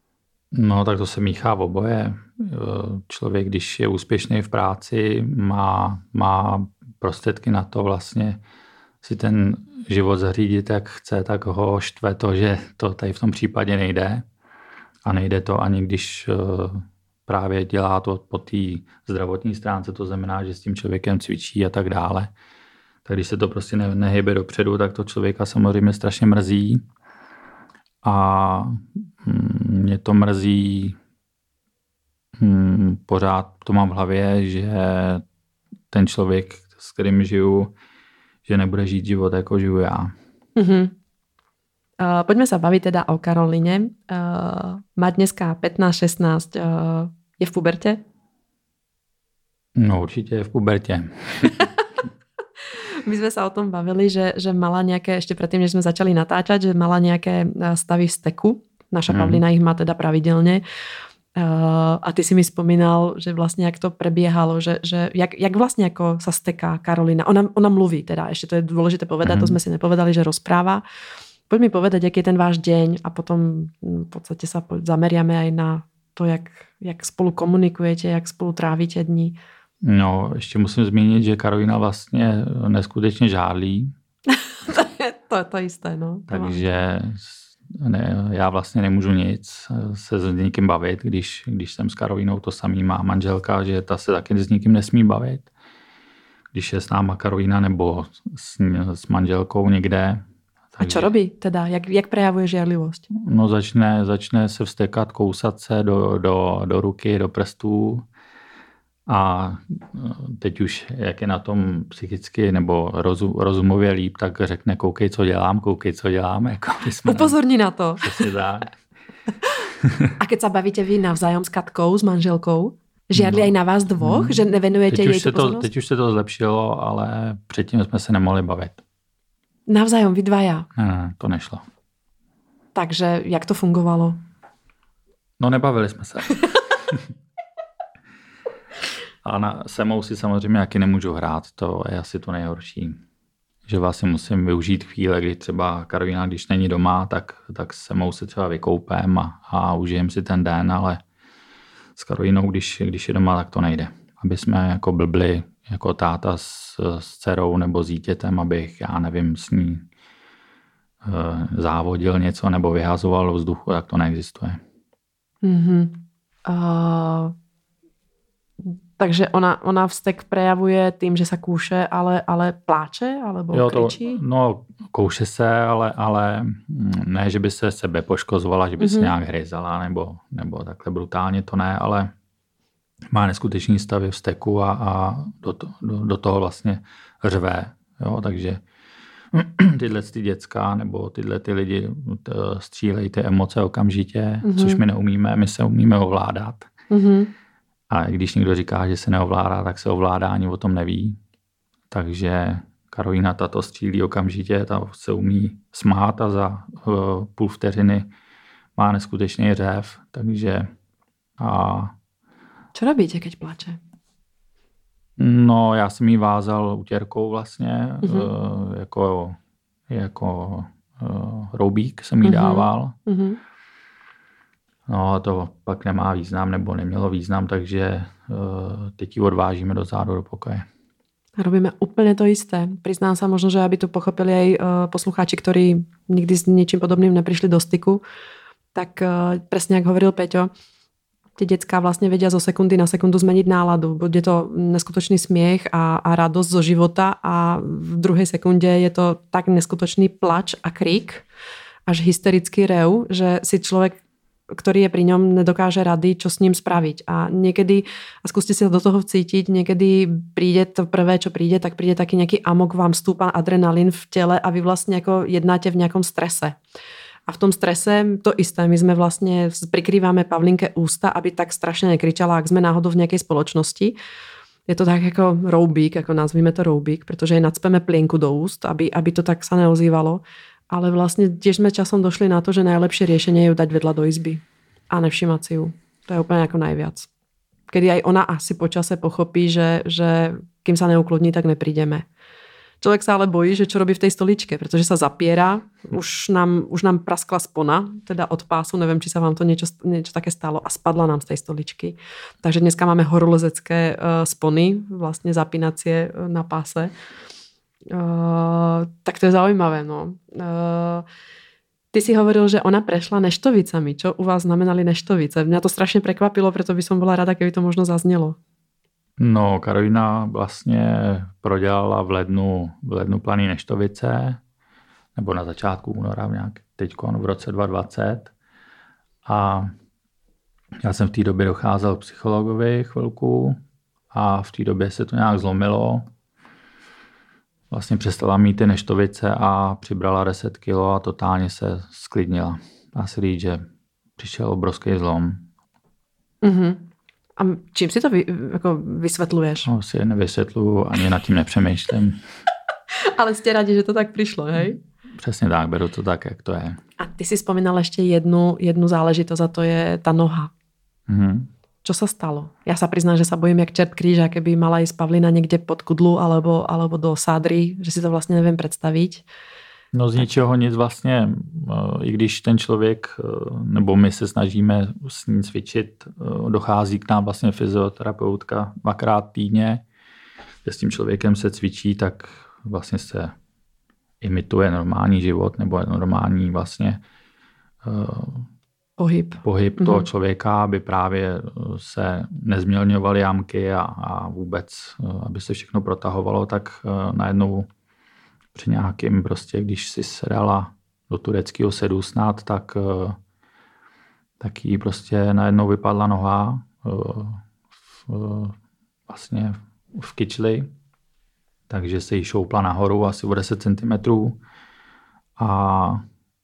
S3: No, tak to se míchá v oboje. Člověk, když je úspěšný v práci, má, má prostředky na to vlastně si ten život zařídit, jak chce, tak ho štve to, že to tady v tom případě nejde. A nejde to ani když právě dělá to po té zdravotní stránce, to znamená, že s tím člověkem cvičí a tak dále. Tak když se to prostě ne, nehybe dopředu, tak to člověka samozřejmě strašně mrzí. A mě to mrzí, pořád to mám v hlavě, že ten člověk, s kterým žiju, že nebude žít život, jako žiju já.
S2: Mm-hmm. Uh, poďme sa baviť teda o Karoline. Uh, má dneska pätnásť šestnásť. Uh, je v puberte?
S3: No určitě je v puberte.
S2: My sme sa o tom bavili, že, že mala nejaké, ešte predtým, než sme začali natáčať, že mala nejaké stavy steku. Naša mm. Pavlina ich má teda pravidelne. Uh, a ty si mi spomínal, že vlastne jak to prebiehalo, že, že jak, jak vlastne ako sa steká Karolina. Ona, ona mluví teda, ešte to je dôležité povedať, mm. to sme si nepovedali, že rozpráva. Poď mi povedať, aký je ten váš deň a potom v podstate sa zameriame aj na to, jak, jak spolu komunikujete, jak spolu trávite dní.
S3: No, ještě musím zmínit, že Karolina vlastně neskutečně žádlí.
S2: to je to, to jisté, no.
S3: Takže ne, já vlastně nemůžu nic se s někým bavit, když, když jsem s Karolínou, to samý má manželka, že ta se taky s nikým nesmí bavit. Když je s náma Karolína nebo s, s manželkou někde.
S2: Takže... A čo robí teda? Jak, jak prejavuje žiarlivosť?
S3: No začne, začne se vstekat, kousat se do, do, do ruky, do prstů. A teď už, jak je na tom psychicky nebo rozum, rozumově líp, tak řekne, koukej, co dělám, koukej, co dělám. Jako
S2: upozorní na to.
S3: Přesně tak.
S2: A keď sa bavíte vy navzájom s Katkou, s manželkou, žiadli no. aj na vás dvoch, hmm. že nevenujete
S3: teď
S2: jej
S3: tu
S2: pozornosť?
S3: To, teď už se to zlepšilo, ale předtím jsme se nemohli bavit.
S2: Navzájom, vy dvaja?
S3: Ne, ne, to nešlo.
S2: Takže jak to fungovalo?
S3: No nebavili jsme se. A na, se mnou si samozřejmě taky nemůžu hrát, to je asi to nejhorší. Že vlastně musím využít chvíle, kdy třeba Karolina, když není doma, tak, tak se mnou si třeba vykoupem a, a užijem si ten den, ale s Karolinou, když, když je doma, tak to nejde. Aby jsme jako blbli jako táta s, s dcerou nebo s dítětem, abych, já nevím, s ní e, závodil něco nebo vyhazoval do vzduchu, tak to neexistuje.
S2: Mm-hmm. Uh... Takže ona, ona vztek prejavuje tým, že sa kúše, ale, ale pláče? Alebo jo, kričí?
S3: To, no, kouše se, ale, ale ne, že by se sebe poškozovala, že by mm-hmm. se nějak hryzala nebo, nebo takhle brutálně, to ne, ale má neskutečný stavy vzteku a, a do, to, do, do toho vlastně řve. Jo? Takže tyhle ty děcka nebo tyhle ty lidi střílejí ty emoce okamžitě, mm-hmm. což my neumíme, my se umíme ovládat. Mm-hmm. A když někdo říká, že se neovládá, tak se ovládá, ani o tom neví. Takže Karolína tato střílí okamžitě, ta se umí smát a za uh, půl vteřiny má neskutečný řev. Takže a...
S2: Čo robíte, keď plače?
S3: No, já jsem jí vázal utěrkou vlastně, mm-hmm. uh, jako, jako uh, roubík jsem jí mm-hmm. dával. Mm-hmm. No a to pak nemá význam, nebo nemělo význam, takže uh, teď ji odvážíme do zádu do pokoje.
S2: Robíme úplne to isté. Priznám sa možno, že aby to pochopili aj uh, poslucháči, ktorí nikdy s niečím podobným neprišli do styku, tak uh, presne jak hovoril Peťo, tie decká vlastne vedia zo sekundy na sekundu zmeniť náladu. Bude to neskutočný smiech a, a radosť zo života a v druhej sekunde je to tak neskutočný plač a krik, až hysterický rev, že si človek, ktorý je pri ňom, nedokáže rady, čo s ním spraviť. A niekedy, a skúste si do toho vcítiť, niekedy príde to prvé, čo príde, tak príde taký nejaký amok, vám stúpa adrenalín v tele a vy vlastne ako jednáte v nejakom strese. A v tom strese to isté. My sme vlastne, prikrývame Pavlinke ústa, aby tak strašne nekričala, ak sme náhodou v nejakej spoločnosti. Je to tak ako roubík, ako nazvíme to roubík, pretože jej nacpeme plienku do úst, aby, aby to tak sa neozývalo. Ale vlastne tiež sme časom došli na to, že najlepšie riešenie je ju dať vedľa do izby. A nevšimať si ju. To je úplne ako najviac. Kedy aj ona asi počase pochopí, že, že kým sa neukludní, tak neprídeme. Človek sa ale bojí, že čo robí v tej stoličke, pretože sa zapiera. Už nám, už nám praskla spona, teda od pásu. Neviem, či sa vám to niečo, niečo také stalo a spadla nám z tej stoličky. Takže dneska máme horolezecké uh, spony, vlastne zapínacie uh, na páse. Uh, tak to je zaujímavé. No. Uh, ty si hovoril, že ona prešla neštovicami. Čo u vás znamenali neštovice? Mňa to strašne prekvapilo, preto by som bola rada, keby to možno zaznelo.
S3: No, Karolína vlastně prodělala v lednu, v lednu planý neštovice, nebo na začátku února, nějak teďko v roce dva tisíce dvacet. A já jsem v té době docházel k psychologovi chvilku a v té době se to nějak zlomilo. Vlastně přestala mít ty neštovice a přibrala deset kilo a totálně se sklidnila. Dá se říct, že přišel obrovský zlom.
S2: Mhm. A čím si to vy, jako vysvetľuješ?
S3: No, si nevysvětluju, ani nad tím nepřemýšlím.
S2: Ale ste radi, že to tak prišlo, hej?
S3: Přesně tak, beru to tak, jak to je.
S2: A ty si spomínal ešte jednu, jednu záležitosť a to je tá noha.
S3: Mhm.
S2: Čo sa stalo? Ja sa priznám, že sa bojím jak čert kríža, keby mala ísť Pavlina niekde pod kudlu alebo, alebo do sádry, že si to vlastne neviem predstaviť.
S3: No z ničeho nic vlastně, i když ten člověk, nebo my se snažíme s ním cvičit, dochází k nám vlastně fyzioterapeutka dvakrát týdně, kde s tím člověkem se cvičí, tak vlastně se imituje normální život nebo normální vlastně
S2: pohyb,
S3: pohyb toho mm-hmm. člověka, aby právě se nezmělňovaly jamky a, a vůbec, aby se všechno protahovalo, tak najednou při nějakým prostě, když si se dala do tureckého sedu snad, tak, tak jí prostě najednou vypadla noha v, vlastně v kyčli, takže se jí šoupla nahoru asi o deset centimetrů a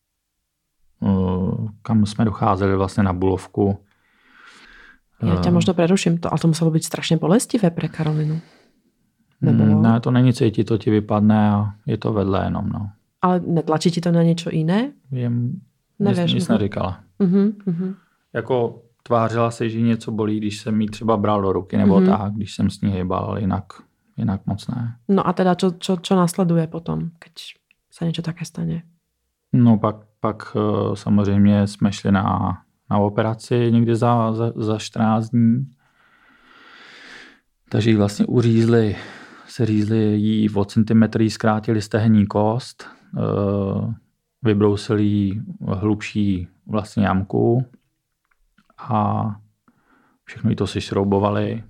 S3: kam jsme docházeli vlastně na Bulovku.
S2: Ja ťa možno preruším, to, ale to muselo byť strašne bolestivé pre Karolinu. Nebylo?
S3: Ne, to není cítit, to ti vypadne a je to vedle jenom. No.
S2: Ale netlačí ti to na něco jiné?
S3: Jem, Nevěř, nic, nic neříkala.
S2: Uh-huh, uh-huh.
S3: Jako tvářila se, že něco bolí, když jsem jí třeba bral do ruky nebo uh-huh. tak, když jsem s ní hýbal, ale jinak, jinak moc ne.
S2: No a teda čo, čo, čo následuje potom, keď se něco také stane?
S3: No pak, pak samozřejmě jsme šli na, na operaci někdy za, za, za čtrnáct dní. Takže jí vlastně uřízli se řízli jí o centimetr, jí zkrátili stehenní kost, vybrousili jí hlubší vlastně jamku a všechno jí to sešroubovali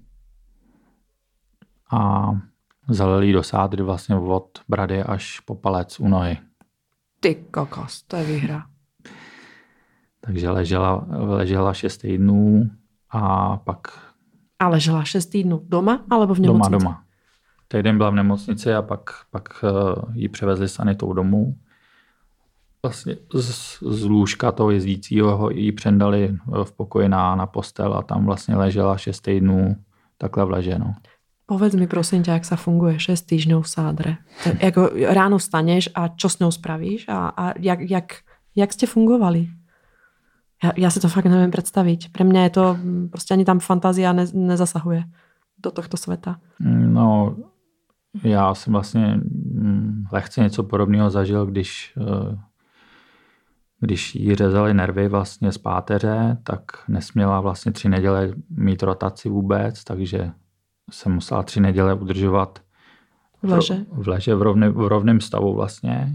S3: a zalili jí do sádry vlastně od brady až po palec u nohy.
S2: Ty kokos, to je výhra.
S3: Takže ležela, ležela šest týdnů a pak...
S2: A ležela šest týdnů doma alebo v nemocnici?
S3: Doma, doma. Týden byla v nemocnici a pak, pak ji převezli sanitou domů. Vlastně z, z lůžka toho jezdícího ji přendali v pokoji na, na postel a tam vlastně ležela šest týdnů takhle v leže. No.
S2: Povedz mi prosím ťa, jak sa funguje šesť týždňov v sádre. Jako ráno vstaneš a čo s ňou spravíš a, a jak, jak, jak ste fungovali? Ja, ja si to fakt neviem predstaviť. Pre mňa je to, prostě ani tam fantázia ne, nezasahuje do tohto sveta.
S3: No, já jsem vlastně lehce něco podobného zažil, když, když jí řezali nervy vlastně z páteře, tak nesměla vlastně tři neděle mít rotaci vůbec, takže jsem musela tři neděle udržovat
S2: v leže,
S3: v, leže, v, rovne, v rovném stavu vlastně.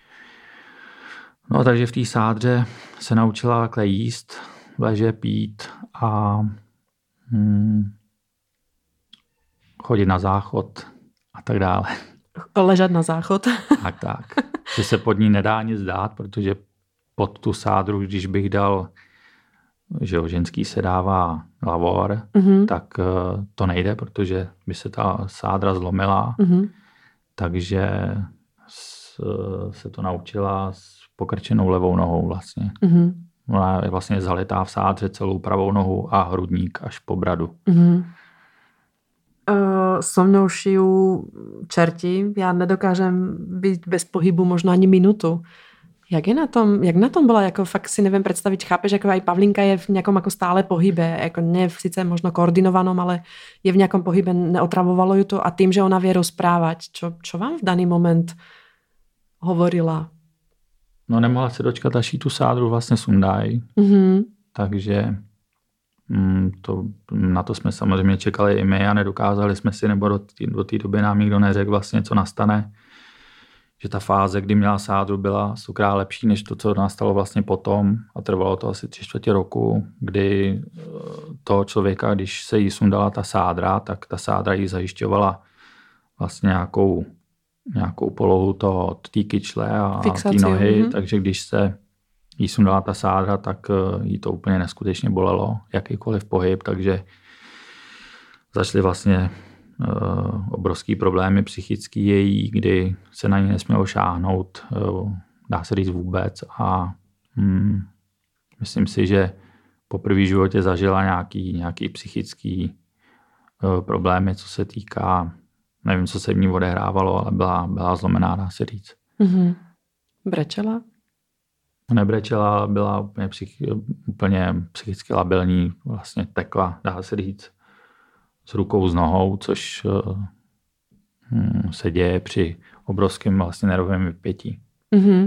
S3: No takže v té sádře se naučila takhle jíst, v leže pít a hmm, chodit na záchod a tak dále.
S2: Ležet na záchod.
S3: Tak, tak. Že se pod ní nedá nic dát, protože pod tu sádru, když bych dal, že jo, ženský se dává lavor, mm-hmm. tak to nejde, protože by se ta sádra zlomila. Mm-hmm. Takže se to naučila s pokrčenou levou nohou vlastně. Mm-hmm. Ona je vlastně zalitá v sádře celou pravou nohu a hrudník až po bradu.
S2: Mm-hmm. Uh, so mnou šijú čerti. Ja nedokážem byť bez pohybu možno ani minutu. Jak je na tom, jak na tom bola? Jako fakt si neviem predstaviť. Chápeš, ako aj Pavlinka je v nejakom ako stále pohybe. Jako ne sice možno koordinovanom, ale je v nejakom pohybe. Neotravovalo ju to a tým, že ona vie rozprávať. Čo, čo vám v daný moment hovorila?
S3: No nemohla se dočkat, až jí tu sádru vlastně sundají. Mm-hmm. Takže To, na to jsme samozřejmě čekali i my a nedokázali jsme si, nebo do té doby nám nikdo neřekl vlastně, co nastane. Že ta fáze, kdy měla sádru, byla stokrát lepší, než to, co nastalo vlastně potom. A trvalo to asi tři čtvrtě roku, kdy toho člověka, když se jí sundala ta sádra, tak ta sádra jí zajišťovala vlastně nějakou, nějakou polohu toho, té kyčle a té nohy. Mm-hmm. Takže když se jí sundala ta sádra, tak jí to úplně neskutečně bolelo, jakýkoliv pohyb, takže začaly vlastně uh, obrovský problémy psychický její, kdy se na ní nesmělo šáhnout, uh, dá se říct vůbec a hmm, myslím si, že po první životě zažila nějaký, nějaký psychický uh, problémy, co se týká, nevím, co se v ní odehrávalo, ale byla, byla zlomená, dá se říct.
S2: Mm-hmm. Brečela?
S3: Nebrečela, byla úplně, psychi, úplně psychicky labilní, vlastně tekla, dá se říct, s rukou, s nohou, což uh, se děje při obrovském vlastně nervovém vypětí.
S2: Uh-huh.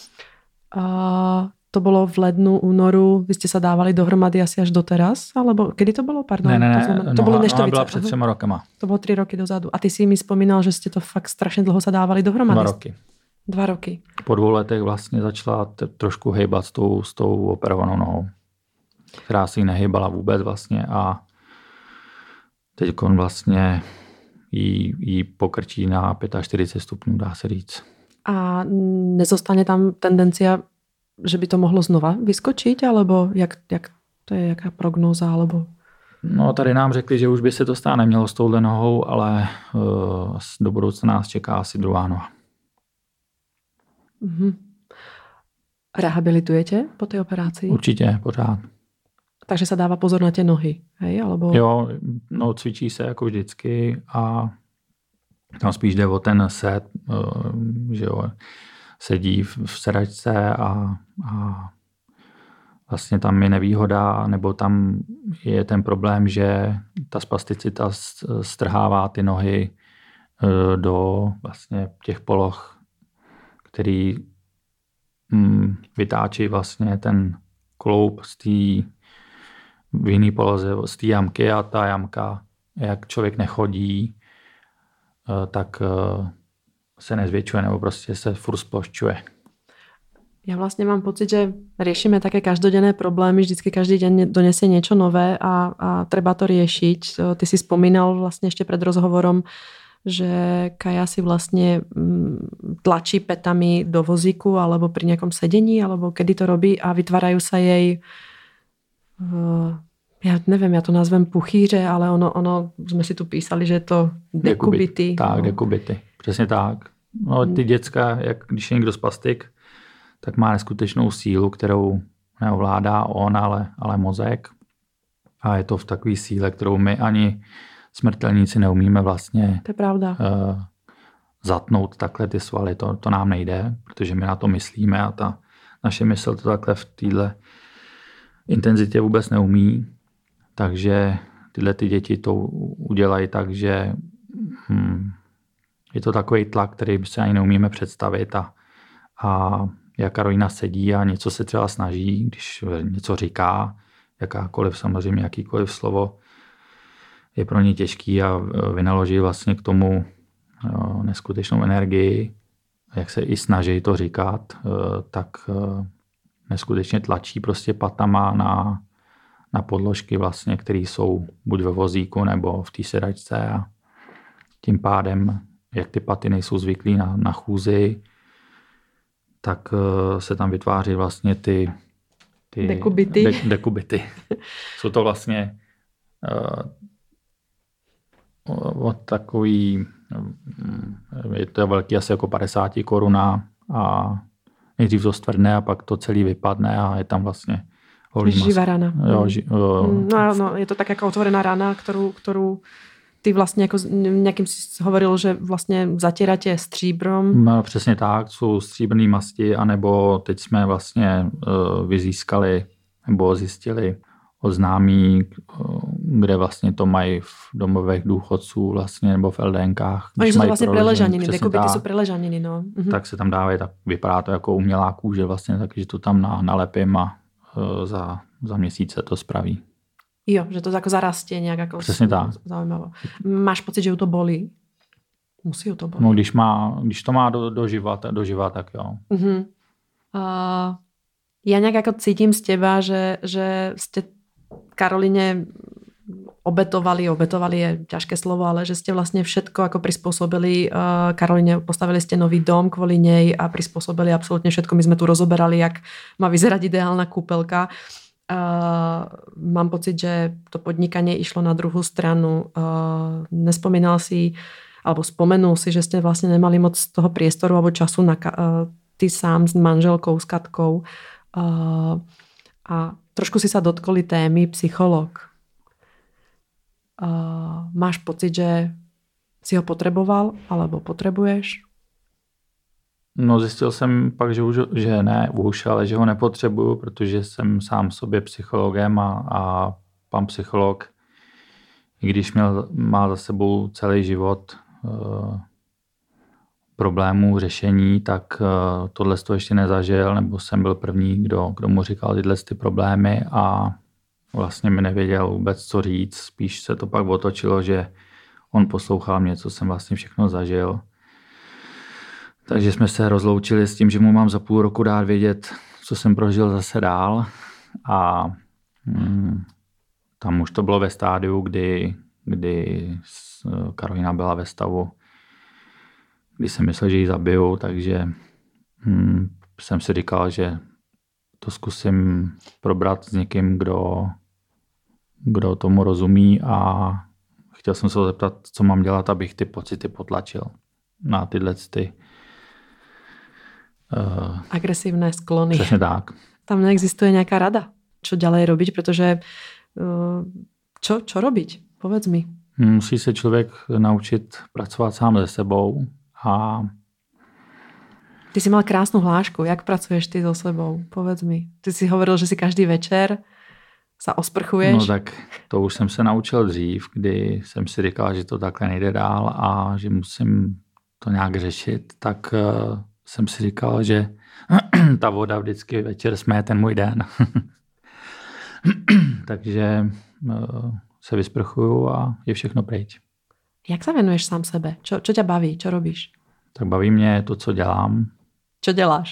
S2: A to bylo v lednu, únoru, vy jste se dávali dohromady asi až doteraz? Alebo kedy to bylo? Pardon,
S3: ne, ne, ne,
S2: to, znamená,
S3: no,
S2: to bylo
S3: no, byla před třema rokama.
S2: To bylo tři roky dozadu. A ty si mi vzpomínal, že jste to fakt strašně dlouho se dávali dohromady.
S3: Dva roky.
S2: Dva roky.
S3: Po dvou letech vlastně začala t- trošku hejbat s tou, s tou operovanou nohou, která si nehejbala vůbec vlastně a teď vlastně jí, jí pokrčí na čtyřicet pět stupňů, dá se říct.
S2: A nezostane tam tendencia, že by to mohlo znova vyskočiť, alebo jak, jak to je, jaká prognóza, alebo...
S3: No tady nám řekli, že už by se to stát nemělo s touhle nohou, ale uh, do budoucna nás čeká asi druhá noha.
S2: Mm-hmm. Rehabilitujete po té operaci?
S3: Určitě, pořád.
S2: Takže se dává pozor na tě nohy, hej? Alebo...
S3: Jo, no cvičí se jako vždycky a tam spíš jde o ten set, že jo, sedí v sedačce a, a vlastně tam je nevýhoda, nebo tam je ten problém, že ta spasticita strhává ty nohy do vlastně těch poloh, který mm, vytáčí vlastně ten kloub z té v jiný poloze, z té jamky a ta jamka, jak člověk nechodí, tak se nezvětšuje nebo prostě se furt splošťuje.
S2: Ja vlastne mám pocit, že riešime také každodenné problémy, vždycky každý deň donesie niečo nové a, a treba to riešiť. Ty si spomínal vlastne ešte pred rozhovorom, že Kaja si vlastne tlačí petami do vozíku alebo pri nejakom sedení, alebo kedy to robí a vytvárajú sa jej Já nevím, já to nazvem puchýře, ale ono, ono, jsme si tu písali, že je to dekubity.
S3: Tak,
S2: no.
S3: dekubity. Přesně tak. No, ty děcka, jak když je někdo spastik, tak má neskutečnou sílu, kterou neovládá on, ale, ale mozek. A je to v takové síle, kterou my ani smrtelníci neumíme vlastně
S2: to je pravda.
S3: Uh, zatnout takhle ty svaly. To, to nám nejde, protože my na to myslíme a ta naše mysl to takhle v téhle intenzitě vůbec neumí. Takže tyhle ty děti to udělají tak, že hm, je to takový tlak, který si ani neumíme představit a, a jak Karolína sedí a něco se třeba snaží, když něco říká, jakákoliv samozřejmě, jakýkoliv slovo je pro ně těžký a vynaloží vlastně k tomu jo, neskutečnou energii, jak se i snaží to říkat, tak neskutečně tlačí prostě patama na, na podložky vlastně, které jsou buď ve vozíku nebo v té sedačce a tím pádem, jak ty paty nejsou zvyklí na, na chůzi, tak se tam vytváří vlastně ty, ty
S2: dekubity.
S3: De, dekubity. Jsou to vlastně uh, od takový, je to velký asi jako padesát koruna a nejdřív to stvrdne a pak to celý vypadne a je tam vlastně holý
S2: živá rana.
S3: Jo, ži, uh,
S2: no, no, je to tak jako otvorená rana, kterou, kterou ty vlastně jako nějakým si hovoril, že vlastně zatírate stříbrom.
S3: No, přesně tak, jsou stříbrný masti, anebo teď jsme vlastně uh, vyzískali nebo zjistili od známí, kde vlastně to mají v domovech důchodců vlastně, nebo v el dé enkách.
S2: Oni jsou to vlastně preležaniny, dekubity jsou preležaniny, no.
S3: Mhm. Tak se tam dávají, tak vypadá to jako umělá kůže vlastně, takže to tam na, nalepím a uh, za, za měsíce to spraví.
S2: Jo, že to jako zarastie nějak jako
S3: přesně tak.
S2: Zaujímavé. Máš pocit, že ju to bolí? Musí ju to bolit.
S3: No, když, má, když to má do, do, života, do živa, tak jo.
S2: Uh-huh. Uh, ja nejak ako cítim z teba, že, že ste Karoline obetovali, obetovali je ťažké slovo, ale že ste vlastne všetko ako prispôsobili uh, Karoline, postavili ste nový dom kvôli nej a prispôsobili absolútne všetko. My sme tu rozoberali, jak má vyzerať ideálna kúpelka. Uh, mám pocit, že to podnikanie išlo na druhú stranu. Uh, nespomínal si, alebo spomenul si, že ste vlastne nemali moc toho priestoru alebo času na uh, ty sám s manželkou, s Katkou. Uh, a trošku si sa dotkoli témy psycholog. Uh, máš pocit, že si ho potreboval alebo potrebuješ?
S3: No, zjistil jsem pak, že, už, že ne už, ale že ho nepotřebuju, protože jsem sám sobě psychologem a, a pan psycholog, i když měl, má za sebou celý život uh, problémů, řešení, tak uh, tohle to ještě nezažil, nebo jsem byl první, kdo, kdo mu říkal tyhle ty problémy a vlastně mi nevěděl vůbec, co říct. Spíš se to pak otočilo, že on poslouchal mě, co jsem vlastně všechno zažil. Takže jsme se rozloučili s tím, že mu mám za půl roku dát vědět, co jsem prožil zase dál. A mm, tam už to bylo ve stádiu, kdy, kdy Karolina byla ve stavu, kdy jsem myslel, že ji zabiju, takže mm, jsem si říkal, že to zkusím probrat s někým, kdo, kdo tomu rozumí a chtěl jsem se ho zeptat, co mám dělat, abych ty pocity potlačil na tyhle ty
S2: Uh, agresívne sklony.
S3: Přesně tak.
S2: Tam neexistuje nejaká rada, čo ďalej robiť, pretože uh, čo, čo robiť? Povedz mi.
S3: Musí se člověk naučit pracovat sám se sebou a
S2: ty si mal krásnu hlášku. Jak pracuješ ty so sebou? Povedz mi. Ty si hovoril, že si každý večer sa osprchuješ.
S3: No tak to už jsem se naučil dřív, kdy jsem si říkal, že to takhle nejde dál a že musím to nějak řešit, tak uh, jsem si říkal, že ta voda vždycky večer smé ten můj den. Takže uh, se vysprchuju a je všechno pryč.
S2: Jak sa venuješ sám sebe? Čo, čo ťa baví? Čo robíš?
S3: Tak baví mě to, co dělám.
S2: Čo děláš?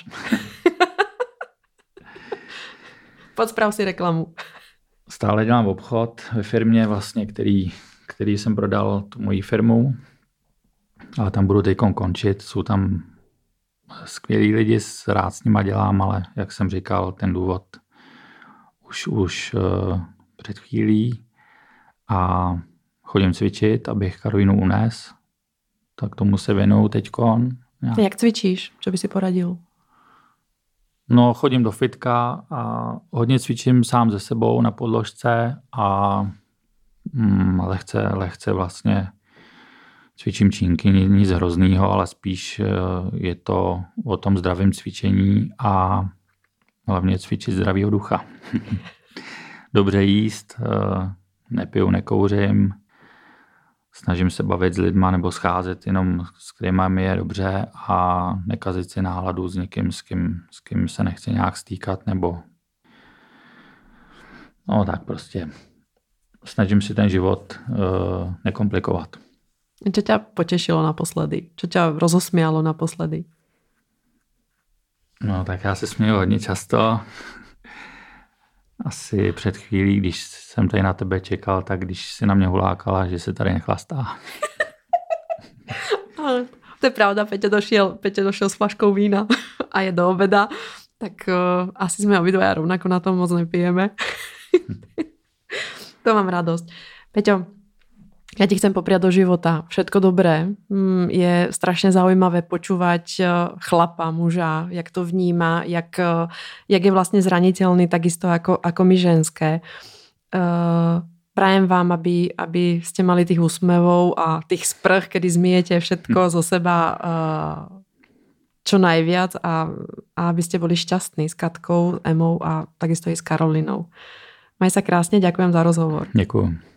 S2: Podsprav si reklamu.
S3: Stále dělám obchod ve firmě, vlastně, který, který jsem prodal tu moji firmu. Ale tam budu teď končit. Jsou tam skvělí lidi, rád s nima dělám, ale jak jsem říkal, ten důvod už, už uh, před chvílí a chodím cvičit, abych Karolínu unes. Tak tomu se věnuju teďkon.
S2: Ja. Jak cvičíš? Čo by si poradil?
S3: No, chodím do fitka a hodně cvičím sám ze sebou na podložce a mm, lehce, lehce vlastně cvičím čínky, nic hroznýho, ale spíš je to o tom zdravém cvičení a hlavně cvičit zdravýho ducha. Dobře jíst, nepiju, nekouřím, snažím se bavit s lidma nebo scházet jenom s kterýma mi je dobře a nekazit si náladu s někým, s kým, s kým se nechci nějak stýkat nebo no tak prostě snažím si ten život uh, nekomplikovat.
S2: Čo ťa potešilo naposledy? Čo ťa rozosmialo naposledy?
S3: No tak já se směju hodně často. Asi před chvílí, když jsem tady na tebe čekal, tak když si na mě hulákala, že se tady nechlastá.
S2: To je pravda, Peťo došiel, Peťo došiel s flaškou vína a je do obeda, tak uh, asi sme obidvaja rovnako na tom moc nepijeme. To mám radosť. Peťo, ja ti chcem popriať do života všetko dobré. Je strašne zaujímavé počúvať chlapa, muža, jak to vníma, jak, jak je vlastne zraniteľný, takisto ako, ako my ženské. Uh, prajem vám, aby, aby ste mali tých úsmevov a tých sprch, kedy zmiete všetko zo seba uh, čo najviac a, a aby ste boli šťastní s Katkou, Emou a takisto i s Karolínou. Maj sa krásne, ďakujem za rozhovor.
S3: Ďakujem.